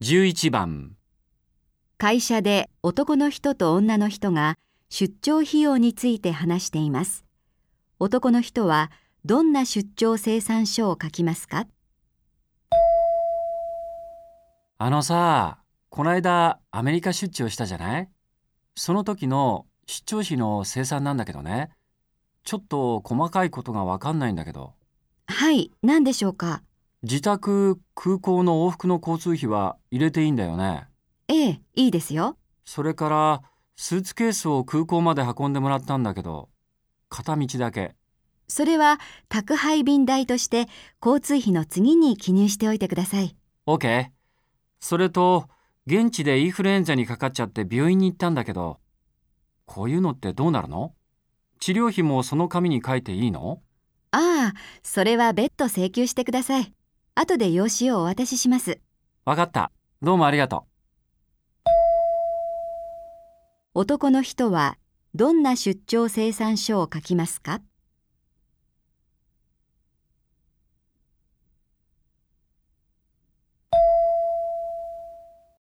11番。 会社で男の人と女の人が出張費用について話しています。男の人はどんな出張精算書を書きますか？ この間アメリカ出張したじゃない？その時の出張費の精算なんだけどね。ちょっと細かいことがわかんないんだけど。 はい、何でしょうか？ 自宅、空港の往復の交通費は入れていいんだよね。 ええ、いいですよ。 それからスーツケースを空港まで運んでもらったんだけど、片道だけ。 それは宅配便代として交通費の次に記入しておいてください。 OK。それと、現地でインフルエンザにかかっちゃって病院に行ったんだけど、こういうのってどうなるの？治療費もその紙に書いていいの？ ああ、それは別途請求してください。後で用紙をお渡しします。 わかった。どうもありがとう。 男の人はどんな出張精算書を書きますか？